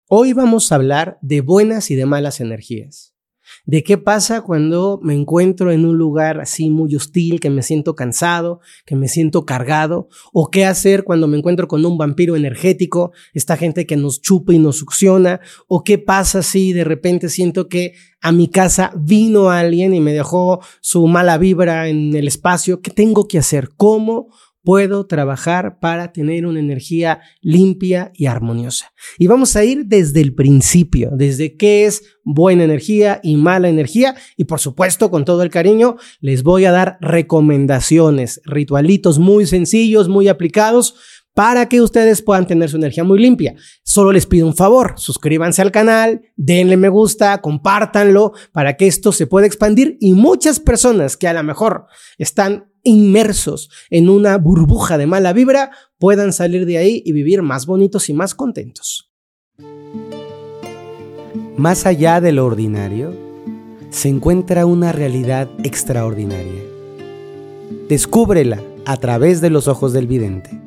Hoy vamos a hablar de buenas y de malas energías. De qué pasa cuando me encuentro en un lugar así muy hostil, que me siento cansado, que me siento cargado, o qué hacer cuando me encuentro con un vampiro energético, esta gente que nos chupa y nos succiona, o qué pasa si de repente siento que a mi casa vino alguien y me dejó su mala vibra en el espacio. ¿Qué tengo que hacer? ¿Cómo puedo trabajar para tener una energía limpia y armoniosa? Y vamos a ir desde el principio, desde qué es buena energía y mala energía, y por supuesto, con todo el cariño, les voy a dar recomendaciones, ritualitos muy sencillos, muy aplicados, para que ustedes puedan tener su energía muy limpia. Solo les pido un favor: suscríbanse al canal, denle me gusta, compártanlo para que esto se pueda expandir y muchas personas que a lo mejor están inmersos en una burbuja de mala vibra puedan salir de ahí y vivir más bonitos y más contentos. Más allá de lo ordinario, se encuentra una realidad extraordinaria. Descúbrela a través de los ojos del vidente.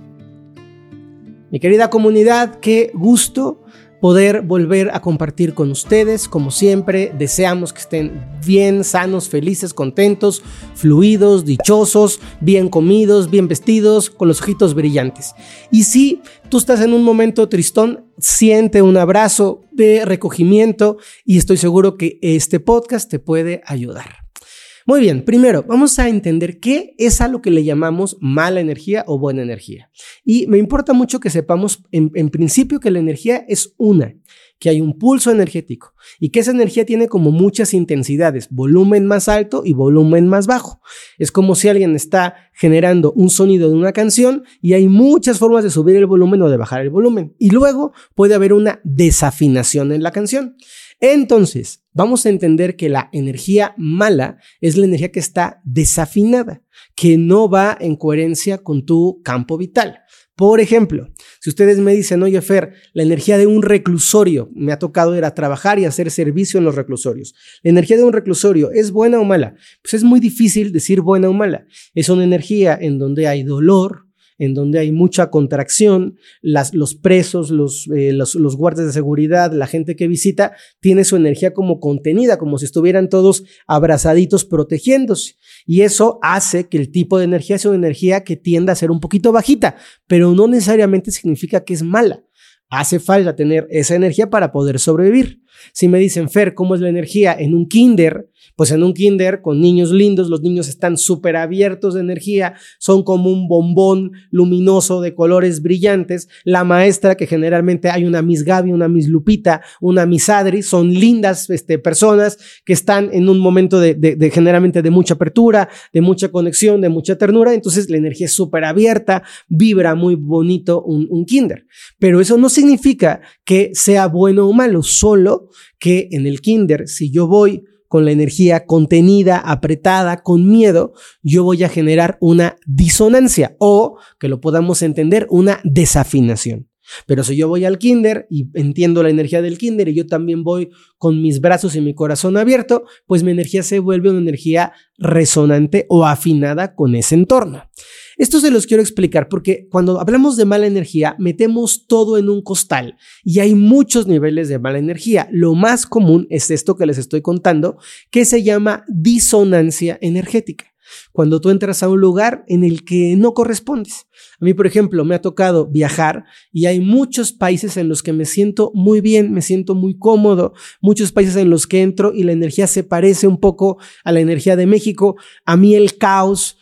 Mi querida comunidad, qué gusto poder volver a compartir con ustedes. Como siempre, deseamos que estén bien, sanos, felices, contentos, fluidos, dichosos, bien comidos, bien vestidos, con los ojitos brillantes. Y si tú estás en un momento tristón, siente un abrazo de recogimiento y estoy seguro que este podcast te puede ayudar. Muy bien, primero vamos a entender qué es a lo que le llamamos mala energía o buena energía. Y me importa mucho que sepamos en principio que la energía es una, que hay un pulso energético y que esa energía tiene como muchas intensidades, volumen más alto y volumen más bajo. Es como si alguien está generando un sonido de una canción y hay muchas formas de subir el volumen o de bajar el volumen. Y luego puede haber una desafinación en la canción. Entonces, vamos a entender que la energía mala es la energía que está desafinada, que no va en coherencia con tu campo vital. Por ejemplo, si ustedes me dicen: oye, Fer, la energía de un reclusorio, me ha tocado ir a trabajar y hacer servicio en los reclusorios. ¿La energía de un reclusorio es buena o mala? Pues es muy difícil decir buena o mala. Es una energía en donde hay dolor, en donde hay mucha contracción, los presos, los guardias de seguridad, la gente que visita, tiene su energía como contenida, como si estuvieran todos abrazaditos protegiéndose. Y eso hace que el tipo de energía sea una energía que tienda a ser un poquito bajita, pero no necesariamente significa que es mala. Hace falta tener esa energía para poder sobrevivir. Si me dicen: Fer, ¿cómo es la energía en un kinder? Pues en un kinder con niños lindos, los niños están súper abiertos de energía, son como un bombón luminoso de colores brillantes. La maestra, que generalmente hay una Miss Gaby, una Miss Lupita, una Miss Adri, son lindas personas que están en un momento de generalmente de mucha apertura, de mucha conexión, de mucha ternura. Entonces la energía es súper abierta, vibra muy bonito un kinder. Pero eso no significa que sea bueno o malo, solo que en el kinder, si yo voy con la energía contenida, apretada, con miedo, yo voy a generar una disonancia o, que lo podamos entender, una desafinación. Pero si yo voy al kinder y entiendo la energía del kinder y yo también voy con mis brazos y mi corazón abierto, pues mi energía se vuelve una energía resonante o afinada con ese entorno. Esto se los quiero explicar porque cuando hablamos de mala energía metemos todo en un costal y hay muchos niveles de mala energía. Lo más común es esto que les estoy contando, que se llama disonancia energética. Cuando tú entras a un lugar en el que no correspondes. A mí, por ejemplo, me ha tocado viajar y hay muchos países en los que me siento muy bien, me siento muy cómodo, muchos países en los que entro y la energía se parece un poco a la energía de México. A mí el caos,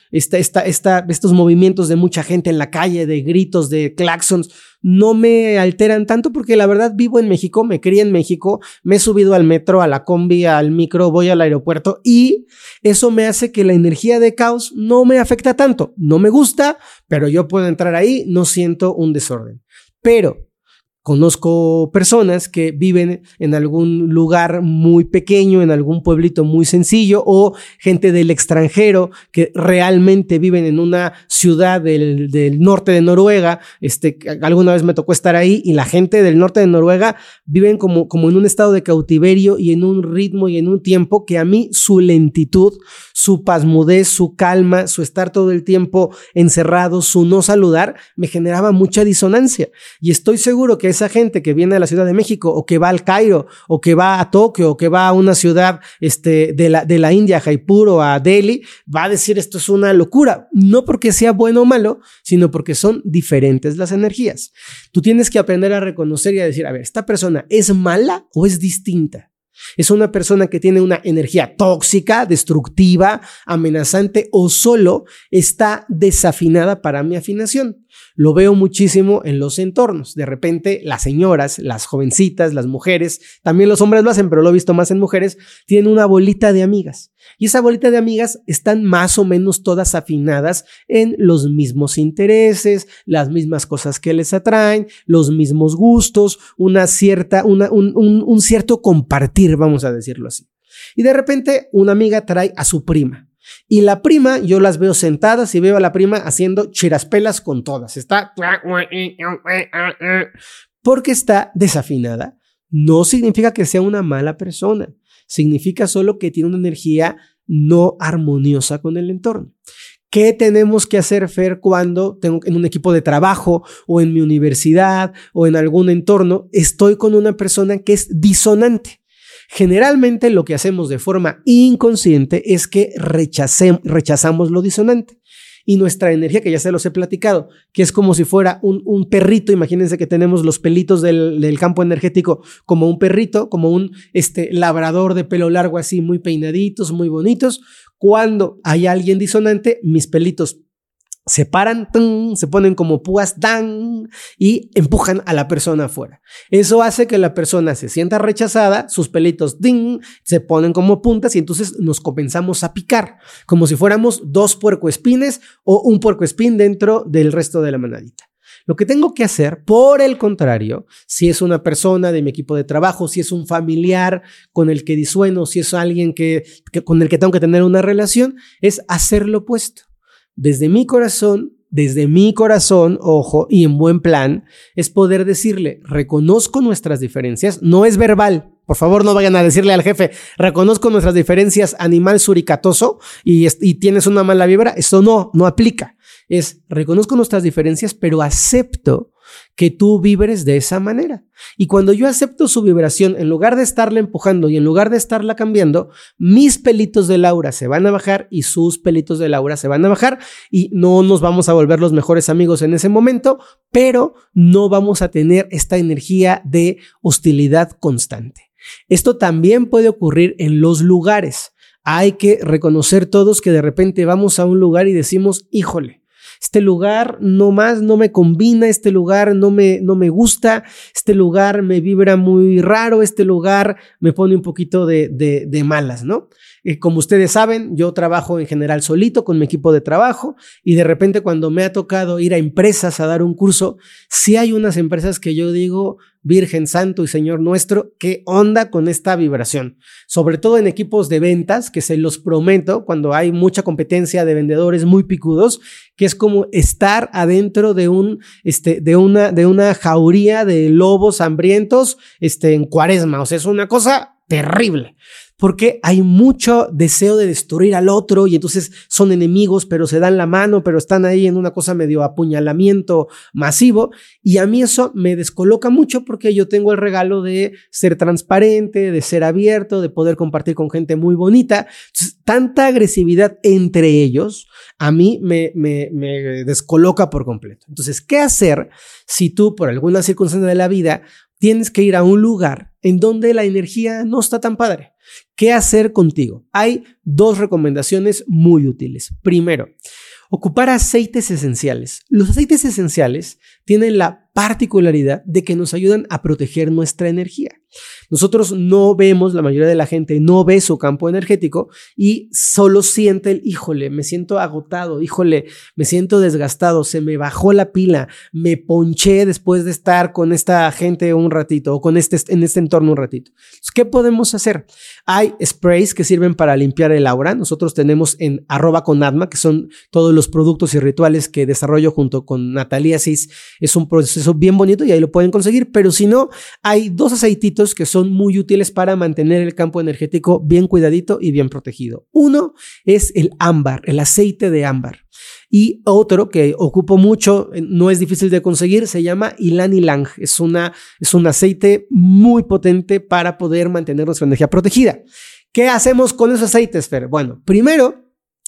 estos movimientos de mucha gente en la calle, de gritos, de claxons, no me alteran tanto porque la verdad vivo en México, me crié en México, me he subido al metro, a la combi, al micro, voy al aeropuerto y eso me hace que la energía de caos no me afecta tanto. No me gusta, pero yo puedo entrar ahí, no siento un desorden. Pero conozco personas que viven en algún lugar muy pequeño, en algún pueblito muy sencillo, o gente del extranjero que realmente viven en una ciudad del norte de Noruega. Alguna vez me tocó estar ahí y la gente del norte de Noruega viven como en un estado de cautiverio y en un ritmo y en un tiempo que a mí su lentitud, su pasmudez, su calma, su estar todo el tiempo encerrado, su no saludar, me generaba mucha disonancia. Y estoy seguro que esa gente que viene a la Ciudad de México o que va al Cairo o que va a Tokio o que va a una ciudad de la India, Jaipur o a Delhi, va a decir esto es una locura. No porque sea bueno o malo, sino porque son diferentes las energías. Tú tienes que aprender a reconocer y a decir, a ver, ¿esta persona es mala o es distinta? ¿Es una persona que tiene una energía tóxica, destructiva, amenazante o solo está desafinada para mi afinación? Lo veo muchísimo en los entornos. De repente las señoras, las jovencitas, las mujeres, también los hombres lo hacen, pero lo he visto más en mujeres, tienen una bolita de amigas. Y esa bolita de amigas están más o menos todas afinadas en los mismos intereses, las mismas cosas que les atraen, los mismos gustos, un cierto compartir, vamos a decirlo así. Y de repente una amiga trae a su prima. Y la prima, yo las veo sentadas y veo a la prima haciendo chiraspelas con todas. Está porque está desafinada. No significa que sea una mala persona. Significa solo que tiene una energía no armoniosa con el entorno. ¿Qué tenemos que hacer, Fer, cuando tengo en un equipo de trabajo o en mi universidad o en algún entorno estoy con una persona que es disonante? Generalmente lo que hacemos de forma inconsciente es que rechazamos lo disonante. Y nuestra energía, que ya se los he platicado, que es como si fuera un perrito. Imagínense que tenemos los pelitos del campo energético como un perrito, como un labrador de pelo largo así, muy peinaditos, muy bonitos. Cuando hay alguien disonante, mis pelitos se paran, se ponen como púas y empujan a la persona afuera. Eso hace que la persona se sienta rechazada, sus pelitos se ponen como puntas y entonces nos comenzamos a picar, como si fuéramos dos puercoespines o un puercoespín dentro del resto de la manadita. Lo que tengo que hacer, por el contrario, si es una persona de mi equipo de trabajo, si es un familiar con el que disueno, si es alguien con el que tengo que tener una relación, es hacer lo opuesto. Desde mi corazón, ojo, y en buen plan, es poder decirle, reconozco nuestras diferencias, no es verbal, por favor no vayan a decirle al jefe, reconozco nuestras diferencias, animal suricatoso, y tienes una mala vibra, eso no aplica. Es, reconozco nuestras diferencias, pero acepto que tú vibres de esa manera. Y cuando yo acepto su vibración, en lugar de estarla empujando y en lugar de estarla cambiando, mis pelitos de Laura se van a bajar y sus pelitos de Laura se van a bajar y no nos vamos a volver los mejores amigos en ese momento, pero no vamos a tener esta energía de hostilidad constante. Esto también puede ocurrir en los lugares. Hay que reconocer todos que de repente vamos a un lugar y decimos, híjole, este lugar no me combina, este lugar no me gusta, este lugar me vibra muy raro, este lugar me pone un poquito de malas, ¿no? Como ustedes saben, yo trabajo en general solito con mi equipo de trabajo y de repente cuando me ha tocado ir a empresas a dar un curso, sí hay unas empresas que yo digo, Virgen Santo y Señor nuestro, ¿qué onda con esta vibración? Sobre todo en equipos de ventas, que se los prometo, cuando hay mucha competencia de vendedores muy picudos, que es como estar adentro de una jauría de lobos hambrientos en Cuaresma. O sea, es una cosa terrible. Porque hay mucho deseo de destruir al otro y entonces son enemigos, pero se dan la mano, pero están ahí en una cosa medio apuñalamiento masivo y a mí eso me descoloca mucho porque yo tengo el regalo de ser transparente, de ser abierto, de poder compartir con gente muy bonita. Entonces, tanta agresividad entre ellos a mí me descoloca por completo. Entonces, ¿qué hacer si tú por alguna circunstancia de la vida tienes que ir a un lugar en donde la energía no está tan padre? ¿Qué hacer contigo? Hay dos recomendaciones muy útiles. Primero, ocupar aceites esenciales. Los aceites esenciales tienen la particularidad de que nos ayudan a proteger nuestra energía. Nosotros no vemos, la mayoría de la gente no ve su campo energético y solo siente el, híjole, me siento agotado, híjole, me siento desgastado, se me bajó la pila, me ponché después de estar con esta gente un ratito o en este entorno un ratito. Entonces, ¿qué podemos hacer? Hay sprays que sirven para limpiar el aura. Nosotros tenemos en @conadma, que son todos los productos y rituales que desarrollo junto con Natalia Cis. Es un proceso bien bonito y ahí lo pueden conseguir, pero si no, hay dos aceititos deditos que son muy útiles para mantener el campo energético bien cuidadito y bien protegido. Uno es el ámbar, el aceite de ámbar. Y otro que ocupo mucho, no es difícil de conseguir, se llama ylang ylang. Es un aceite muy potente para poder mantener nuestra energía protegida. ¿Qué hacemos con esos aceites, Fer? Bueno, primero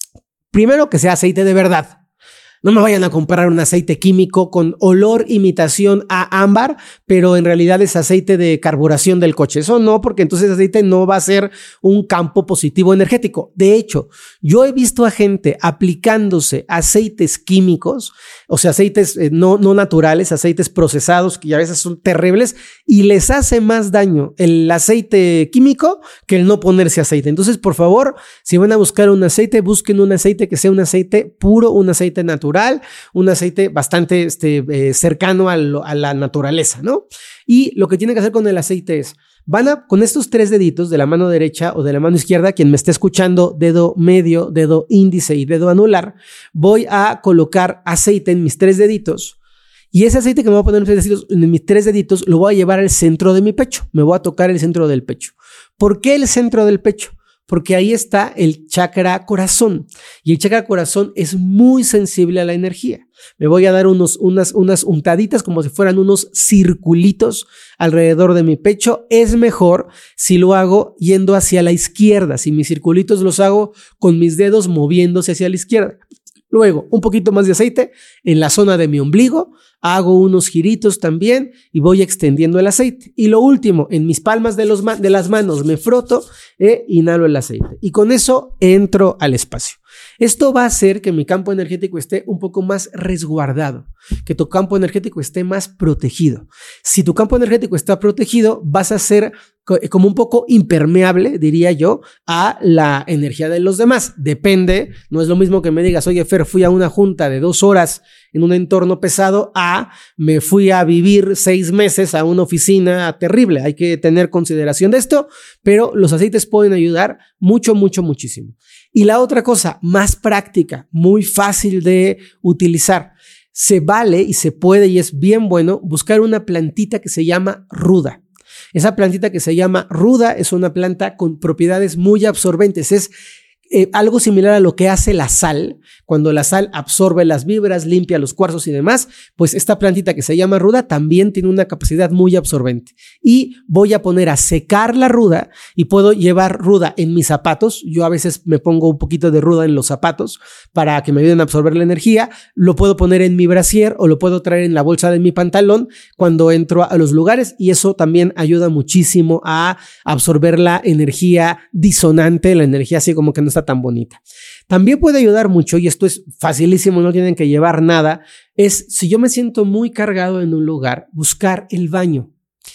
que sea aceite de verdad. No me vayan a comprar un aceite químico con olor imitación a ámbar, pero en realidad es aceite de carburación del coche. Eso no, porque entonces ese aceite no va a ser un campo positivo energético. De hecho, yo he visto a gente aplicándose aceites químicos, o sea, aceites no naturales, aceites procesados que a veces son terribles y les hace más daño el aceite químico que el no ponerse aceite. Entonces, por favor, si van a buscar un aceite, busquen un aceite que sea un aceite puro, un aceite natural, un aceite bastante cercano a la naturaleza, ¿no? Y lo que tienen que hacer con el aceite es, con estos 3 deditos de la mano derecha o de la mano izquierda, quien me esté escuchando, dedo medio, dedo índice y dedo anular, voy a colocar aceite en mis 3 deditos. Y ese aceite que me voy a poner en mis 3 deditos lo voy a llevar al centro de mi pecho. Me voy a tocar el centro del pecho. ¿Por qué el centro del pecho? Porque ahí está el chakra corazón y el chakra corazón es muy sensible a la energía. Me voy a dar unas untaditas como si fueran unos circulitos alrededor de mi pecho. Es mejor si lo hago yendo hacia la izquierda, si mis circulitos los hago con mis dedos moviéndose hacia la izquierda. Luego, un poquito más de aceite en la zona de mi ombligo, hago unos giritos también y voy extendiendo el aceite. Y lo último, en mis palmas de las manos me froto e inhalo el aceite. Y con eso entro al espacio. Esto va a hacer que mi campo energético esté un poco más resguardado, que tu campo energético esté más protegido. Si tu campo energético está protegido, vas a ser como un poco impermeable, diría yo, a la energía de los demás. Depende, no es lo mismo que me digas, oye, Fer, fui a una junta de 2 horas en un entorno pesado, me fui a vivir 6 meses a una oficina terrible. Hay que tener consideración de esto, pero los aceites pueden ayudar muchísimo. Y la otra cosa, más práctica, muy fácil de utilizar, se vale y se puede y es bien bueno buscar una plantita que se llama ruda. Esa plantita que se llama ruda es una planta con propiedades muy absorbentes. Es algo similar a lo que hace la sal. Cuando la sal absorbe las vibras, limpia los cuarzos y demás, pues esta plantita que se llama ruda también tiene una capacidad muy absorbente. Y voy a poner a secar la ruda y puedo llevar ruda en mis zapatos. Yo a veces me pongo un poquito de ruda en los zapatos para que me ayuden a absorber la energía. Lo puedo poner en mi brasier o lo puedo traer en la bolsa de mi pantalón cuando entro a los lugares y eso también ayuda muchísimo a absorber la energía disonante, la energía así como que no está tan bonita. También puede ayudar mucho, y esto es facilísimo, no tienen que llevar nada, es si yo me siento muy cargado en un lugar, buscar el baño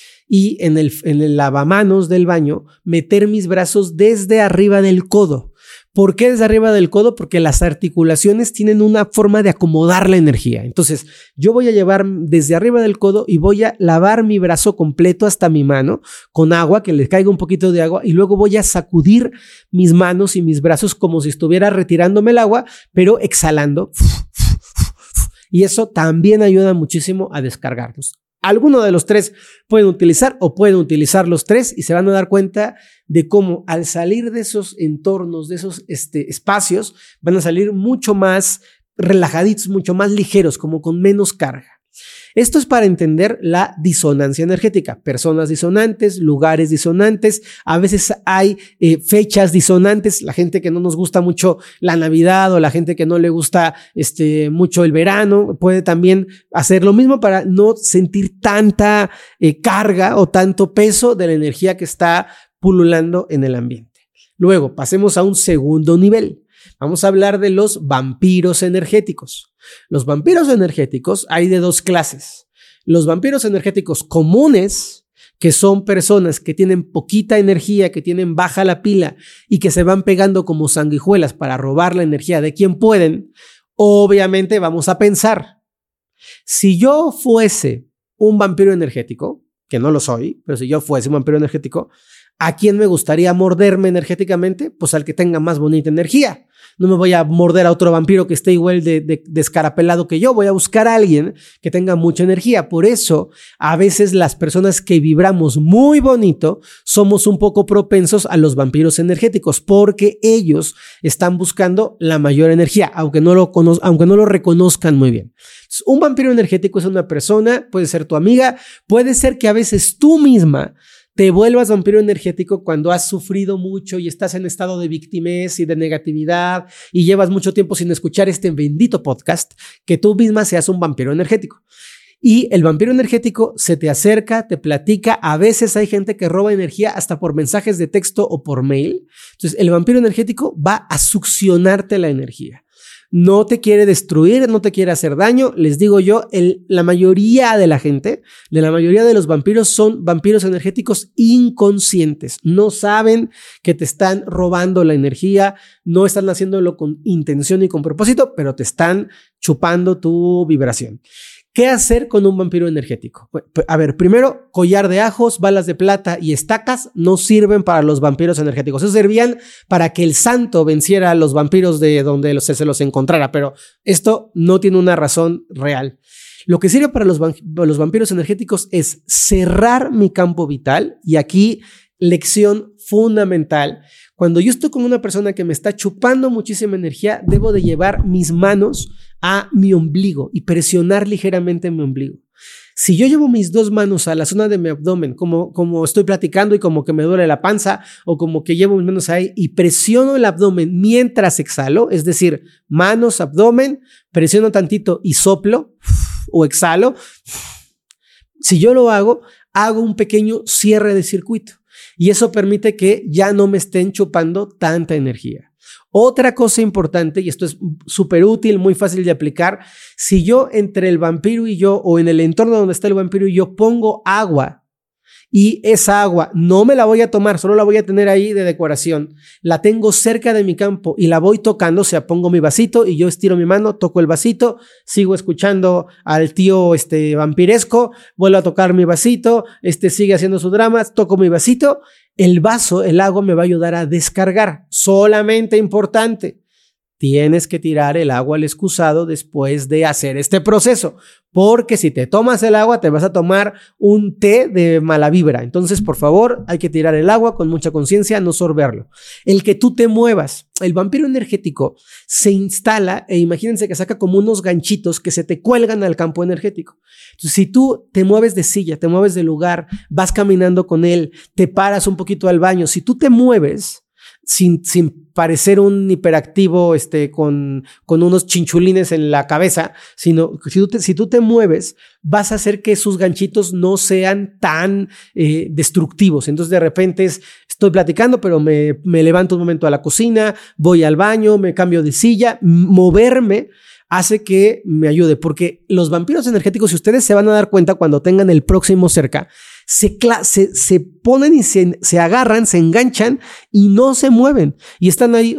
y en el lavamanos del baño meter mis brazos desde arriba del codo. ¿Por qué desde arriba del codo? Porque las articulaciones tienen una forma de acomodar la energía. Entonces, yo voy a llevar desde arriba del codo y voy a lavar mi brazo completo hasta mi mano con agua, que le caiga un poquito de agua, y luego voy a sacudir mis manos y mis brazos como si estuviera retirándome el agua, pero exhalando. Y eso también ayuda muchísimo a descargarnos. Alguno de los 3 pueden utilizar o pueden utilizar los 3 y se van a dar cuenta de cómo al salir de esos entornos, de esos espacios, van a salir mucho más relajaditos, mucho más ligeros, como con menos carga. Esto es para entender la disonancia energética. Personas disonantes, lugares disonantes, a veces hay fechas disonantes, la gente que no nos gusta mucho la Navidad o la gente que no le gusta mucho el verano, puede también hacer lo mismo para no sentir tanta carga o tanto peso de la energía que está pululando en el ambiente. Luego, pasemos a un segundo nivel. Vamos a hablar de los vampiros energéticos. Los vampiros energéticos hay de 2 clases. Los vampiros energéticos comunes, que son personas que tienen poquita energía, que tienen baja la pila y que se van pegando como sanguijuelas para robar la energía de quien pueden. Obviamente vamos a pensar, si yo fuese un vampiro energético, que no lo soy, pero si yo fuese un vampiro energético, ¿A quién me gustaría morderme energéticamente? Pues al que tenga más bonita energía. No me voy a morder a otro vampiro que esté igual de descarapelado que yo. Voy a buscar a alguien que tenga mucha energía. Por eso, a veces las personas que vibramos muy bonito somos un poco propensos a los vampiros energéticos, porque ellos están buscando la mayor energía, aunque no lo reconozcan muy bien. Entonces, un vampiro energético es una persona, puede ser tu amiga, puede ser que a veces tú misma te vuelvas vampiro energético cuando has sufrido mucho y estás en estado de victimez y de negatividad y llevas mucho tiempo sin escuchar este bendito podcast, que tú misma seas un vampiro energético. Y el vampiro energético se te acerca, te platica. A veces hay gente que roba energía hasta por mensajes de texto o por mail. Entonces, el vampiro energético va a succionarte la energía. No te quiere destruir, no te quiere hacer daño. Les digo yo, la mayoría de la gente, de la mayoría de los vampiros son vampiros energéticos inconscientes. No saben que te están robando la energía, no están haciéndolo con intención y con propósito, pero te están chupando tu vibración. ¿Qué hacer con un vampiro energético? A ver, primero, collar de ajos, balas de plata y estacas no sirven para los vampiros energéticos. Eso servían para que el santo venciera a los vampiros de donde se los encontrara, pero esto no tiene una razón real. Lo que sirve para los vampiros energéticos es cerrar mi campo vital, y aquí lección fundamental. Cuando yo estoy con una persona que me está chupando muchísima energía, debo de llevar mis manos a mi ombligo y presionar ligeramente mi ombligo. Si yo llevo mis dos manos a la zona de mi abdomen, como estoy platicando y como que me duele la panza, o como que llevo mis manos ahí y presiono el abdomen mientras exhalo, es decir, manos, abdomen, presiono tantito y soplo o exhalo, si yo lo hago un pequeño cierre de circuito. Y eso permite que ya no me estén chupando tanta energía. Otra cosa importante, y esto es súper útil, muy fácil de aplicar, si yo entre el vampiro y yo, o en el entorno donde está el vampiro y yo, pongo agua, y esa agua no me la voy a tomar, solo la voy a tener ahí de decoración, la tengo cerca de mi campo y la voy tocando, o sea, pongo mi vasito y yo estiro mi mano, toco el vasito, sigo escuchando al tío vampiresco, vuelvo a tocar mi vasito, sigue haciendo su drama, toco mi vasito, el vaso, el agua me va a ayudar a descargar. Solamente importante, tienes que tirar el agua al excusado después de hacer este proceso, porque si te tomas el agua te vas a tomar un té de mala vibra. Entonces, por favor, hay que tirar el agua con mucha conciencia, no sorberlo. El que tú te muevas, el vampiro energético se instala, e imagínense que saca como unos ganchitos que se te cuelgan al campo energético. Entonces, si tú te mueves de silla, te mueves de lugar, vas caminando con él, te paras un poquito al baño, si tú te mueves sin parecer un hiperactivo con unos chinchulines en la cabeza, sino si tú te mueves, vas a hacer que sus ganchitos no sean tan destructivos. Entonces, de repente estoy platicando, pero me levanto un momento a la cocina, voy al baño, me cambio de silla. Moverme hace que me ayude, porque los vampiros energéticos, si ustedes se van a dar cuenta cuando tengan el próximo cerca, se ponen y se agarran, se enganchan y no se mueven y están ahí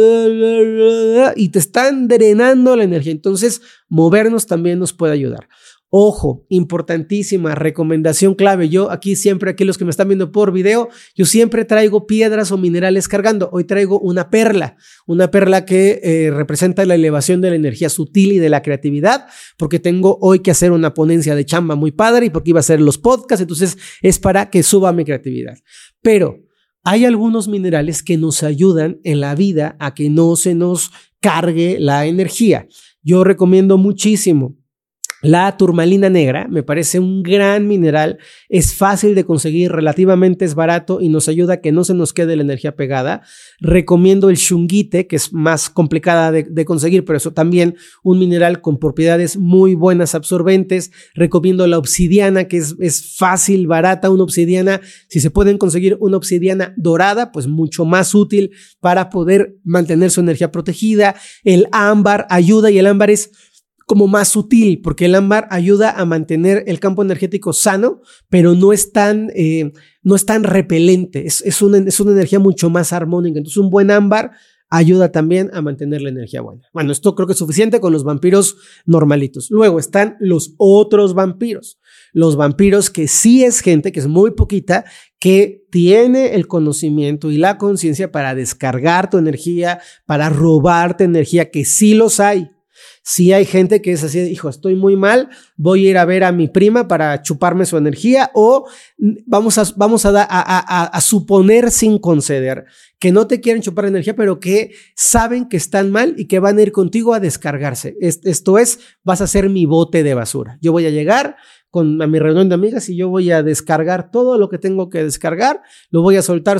y te están drenando la energía. Entonces, movernos también nos puede ayudar. Ojo, importantísima recomendación clave. Yo aquí los que me están viendo por video, yo siempre traigo piedras o minerales cargando. Hoy traigo una perla que representa la elevación de la energía sutil y de la creatividad, porque tengo hoy que hacer una ponencia de chamba muy padre y porque iba a hacer los podcasts, entonces es para que suba mi creatividad. Pero hay algunos minerales que nos ayudan en la vida a que no se nos cargue la energía. Yo recomiendo muchísimo la turmalina negra, me parece un gran mineral, es fácil de conseguir, relativamente es barato y nos ayuda a que no se nos quede la energía pegada. Recomiendo el shungite, que es más complicada de conseguir, pero eso también un mineral con propiedades muy buenas, absorbentes. Recomiendo la obsidiana, que es fácil, barata, una obsidiana. Si se pueden conseguir una obsidiana dorada, pues mucho más útil para poder mantener su energía protegida. El ámbar ayuda, y el ámbar es como más sutil, porque el ámbar ayuda a mantener el campo energético sano, pero no es tan repelente, es una energía mucho más armónica. Entonces, un buen ámbar ayuda también a mantener la energía buena. Bueno, esto creo que es suficiente con los vampiros normalitos. Luego están los otros vampiros. Los vampiros que sí es gente, que es muy poquita, que tiene el conocimiento y la conciencia para descargar tu energía, para robarte energía, que sí los hay. Sí hay gente que es así, hijo, estoy muy mal, voy a ir a ver a mi prima para chuparme su energía, o vamos a suponer sin conceder que no te quieren chupar energía, pero que saben que están mal y que van a ir contigo a descargarse. Esto es, vas a ser mi bote de basura. Yo voy a llegar a mi reunión de amigas y yo voy a descargar todo lo que tengo que descargar, lo voy a soltar,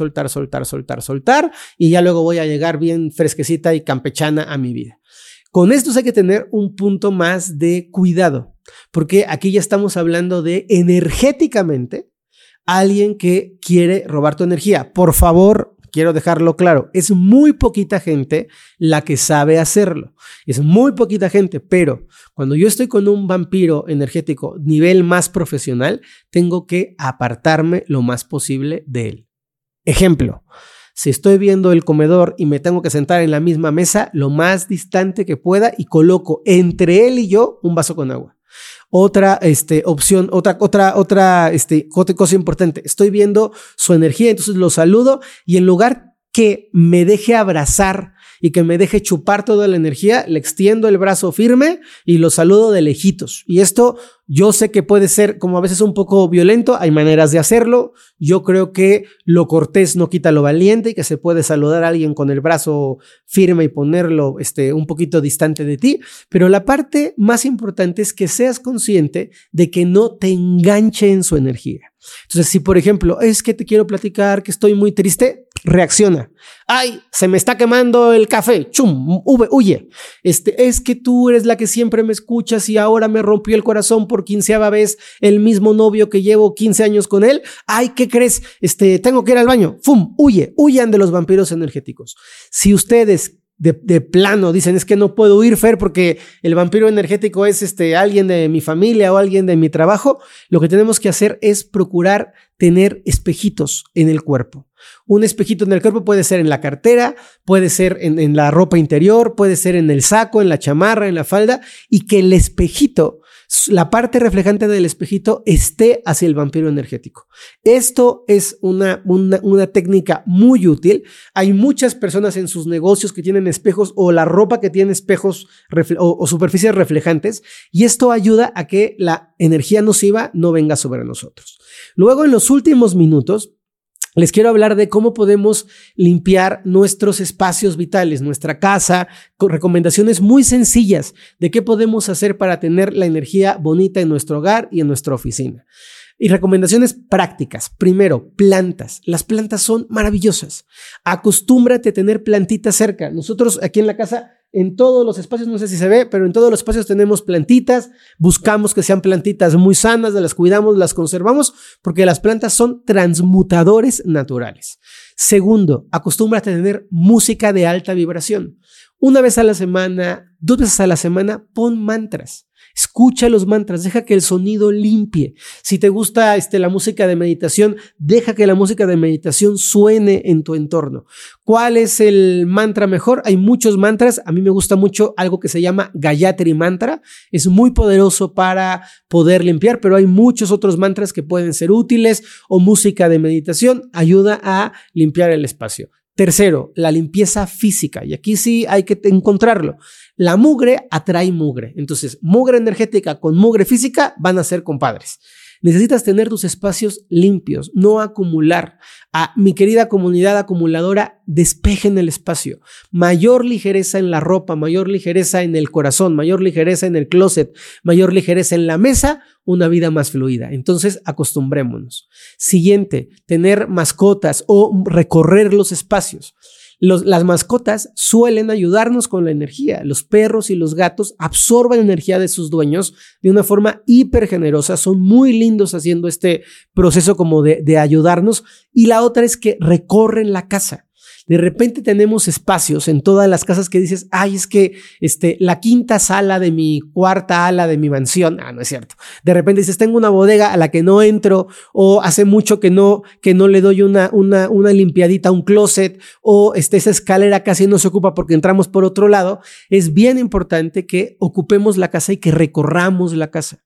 y ya luego voy a llegar bien fresquecita y campechana a mi vida. Con esto hay que tener un punto más de cuidado, porque aquí ya estamos hablando de energéticamente alguien que quiere robar tu energía. Por favor, quiero dejarlo claro, es muy poquita gente la que sabe hacerlo. Es muy poquita gente, pero cuando yo estoy con un vampiro energético nivel más profesional, tengo que apartarme lo más posible de él. Ejemplo. Si estoy viendo el comedor y me tengo que sentar en la misma mesa, lo más distante que pueda y coloco entre él y yo un vaso con agua. Otra opción, otra cosa importante. Estoy viendo su energía, entonces lo saludo y en lugar que me deje abrazar y que me deje chupar toda la energía, le extiendo el brazo firme y lo saludo de lejitos. Y esto yo sé que puede ser como a veces un poco violento, hay maneras de hacerlo. Yo creo que lo cortés no quita lo valiente y que se puede saludar a alguien con el brazo firme y ponerlo un poquito distante de ti. Pero la parte más importante es que seas consciente de que no te enganche en su energía. Entonces, si por ejemplo, es que te quiero platicar que estoy muy triste, reacciona. ¡Ay! Se me está quemando el café. ¡Chum! Huye. Es que tú eres la que siempre me escuchas y ahora me rompió el corazón por 15ª vez el mismo novio que llevo 15 años con él. ¡Ay! ¿Qué crees? Tengo que ir al baño. ¡Fum! Huye. Huyan de los vampiros energéticos. Si ustedes de plano dicen, es que no puedo huir, Fer, porque el vampiro energético es alguien de mi familia o alguien de mi trabajo, lo que tenemos que hacer es procurar tener espejitos en el cuerpo. Un espejito en el cuerpo puede ser en la cartera, puede ser en la ropa interior, puede ser en el saco, en la chamarra, en la falda, y que el espejito, la parte reflejante del espejito esté hacia el vampiro energético. Esto es una técnica muy útil. Hay muchas personas en sus negocios que tienen espejos o la ropa que tiene espejos o superficies reflejantes, y esto ayuda a que la energía nociva no venga sobre nosotros. Luego, en los últimos minutos, les quiero hablar de cómo podemos limpiar nuestros espacios vitales, nuestra casa, con recomendaciones muy sencillas de qué podemos hacer para tener la energía bonita en nuestro hogar y en nuestra oficina. Y recomendaciones prácticas. Primero, plantas. Las plantas son maravillosas. Acostúmbrate a tener plantitas cerca. Nosotros aquí en la casa, en todos los espacios, no sé si se ve, pero en todos los espacios tenemos plantitas. Buscamos que sean plantitas muy sanas, las cuidamos, las conservamos, porque las plantas son transmutadores naturales. Segundo, acostúmbrate a tener música de alta vibración. 1 vez a la semana, 2 veces a la semana, pon mantras. Escucha los mantras, deja que el sonido limpie. Si te gusta la música de meditación, deja que la música de meditación suene en tu entorno. ¿Cuál es el mantra mejor? Hay muchos mantras. A mí me gusta mucho algo que se llama Gayatri Mantra. Es muy poderoso para poder limpiar, pero hay muchos otros mantras que pueden ser útiles, o música de meditación ayuda a limpiar el espacio. Tercero, la limpieza física, y aquí sí hay que encontrarlo. La mugre atrae mugre, entonces mugre energética con mugre física van a ser compadres. Necesitas tener tus espacios limpios, no acumular. A mi querida comunidad acumuladora, despejen el espacio. Mayor ligereza en la ropa, mayor ligereza en el corazón, mayor ligereza en el closet, mayor ligereza en la mesa, una vida más fluida. Entonces, acostumbrémonos. Siguiente, tener mascotas o recorrer los espacios. Las mascotas suelen ayudarnos con la energía. Los perros y los gatos absorben energía de sus dueños de una forma hiper generosa. Son muy lindos haciendo este proceso como de ayudarnos. Y la otra es que recorren la casa. De repente tenemos espacios en todas las casas que dices, ay, es que la quinta sala de mi cuarta ala de mi mansión, no es cierto. De repente dices, tengo una bodega a la que no entro, o hace mucho que no le doy una limpiadita a un closet, o esa escalera casi no se ocupa porque entramos por otro lado. Es bien importante que ocupemos la casa y que recorramos la casa.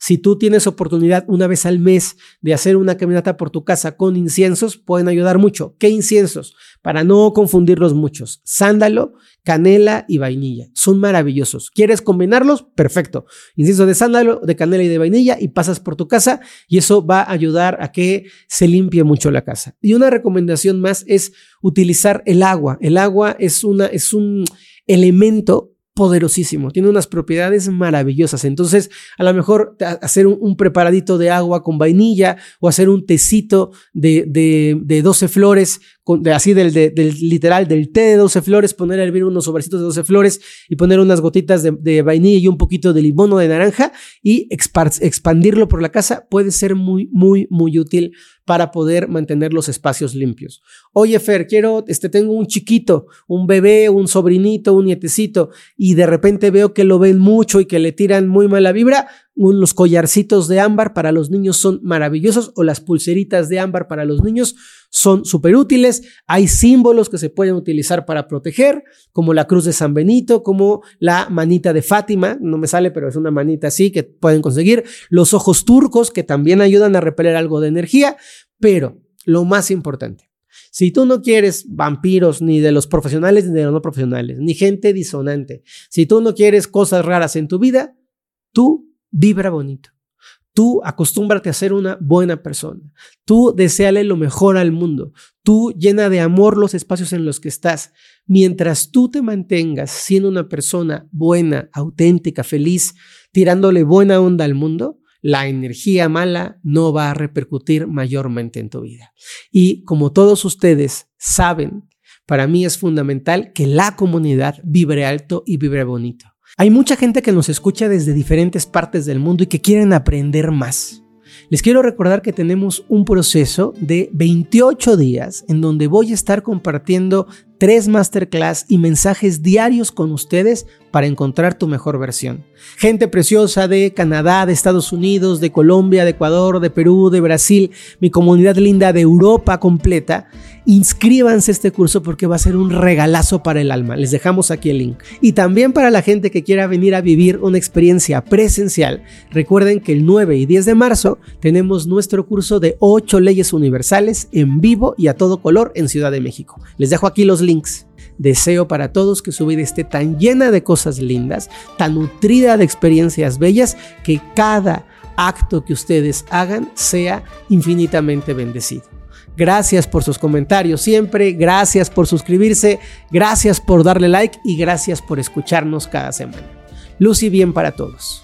Si tú tienes oportunidad una vez al mes de hacer una caminata por tu casa con inciensos, pueden ayudar mucho. ¿Qué inciensos? Para no confundirlos muchos. Sándalo, canela y vainilla. Son maravillosos. ¿Quieres combinarlos? Perfecto. Incienso de sándalo, de canela y de vainilla y pasas por tu casa y eso va a ayudar a que se limpie mucho la casa. Y una recomendación más es utilizar el agua. El agua es un elemento poderosísimo, tiene unas propiedades maravillosas. Entonces, a lo mejor hacer un preparadito de agua con vainilla o hacer un tecito de 12 flores, así del literal del té de 12 flores, poner a hervir unos sobrecitos de 12 flores y poner unas gotitas de vainilla y un poquito de limón o de naranja y expandirlo por la casa puede ser muy, muy, muy útil para poder mantener los espacios limpios. Oye, Fer, tengo un chiquito, un bebé, un sobrinito, un nietecito y de repente veo que lo ven mucho y que le tiran muy mala vibra. Los collarcitos de ámbar para los niños son maravillosos o las pulseritas de ámbar para los niños son súper útiles. Hay símbolos que se pueden utilizar para proteger, como la cruz de San Benito, como la manita de Fátima, no me sale, pero es una manita así que pueden conseguir. Los ojos turcos que también ayudan a repeler algo de energía, pero lo más importante, si tú no quieres vampiros ni de los profesionales ni de los no profesionales, ni gente disonante, si tú no quieres cosas raras en tu vida, tú vibra bonito. Tú acostúmbrate a ser una buena persona. Tú deséale lo mejor al mundo. Tú llena de amor los espacios en los que estás. Mientras tú te mantengas siendo una persona buena, auténtica, feliz, tirándole buena onda al mundo, la energía mala no va a repercutir mayormente en tu vida. Y como todos ustedes saben, para mí es fundamental que la comunidad vibre alto y vibre bonito. Hay mucha gente que nos escucha desde diferentes partes del mundo y que quieren aprender más. Les quiero recordar que tenemos un proceso de 28 días en donde voy a estar compartiendo 3 masterclass y mensajes diarios con ustedes para encontrar tu mejor versión. Gente preciosa de Canadá, de Estados Unidos, de Colombia, de Ecuador, de Perú, de Brasil, mi comunidad linda de Europa completa, inscríbanse a este curso porque va a ser un regalazo para el alma. Les dejamos aquí el link. Y también para la gente que quiera venir a vivir una experiencia presencial, recuerden que el 9 y 10 de marzo tenemos nuestro curso de 8 leyes universales en vivo y a todo color en Ciudad de México. Les dejo aquí los links. Deseo para todos que su vida esté tan llena de cosas lindas, tan nutrida de experiencias bellas, que cada acto que ustedes hagan sea infinitamente bendecido. Gracias por sus comentarios siempre, gracias por suscribirse, gracias por darle like y gracias por escucharnos cada semana. Luz y bien para todos.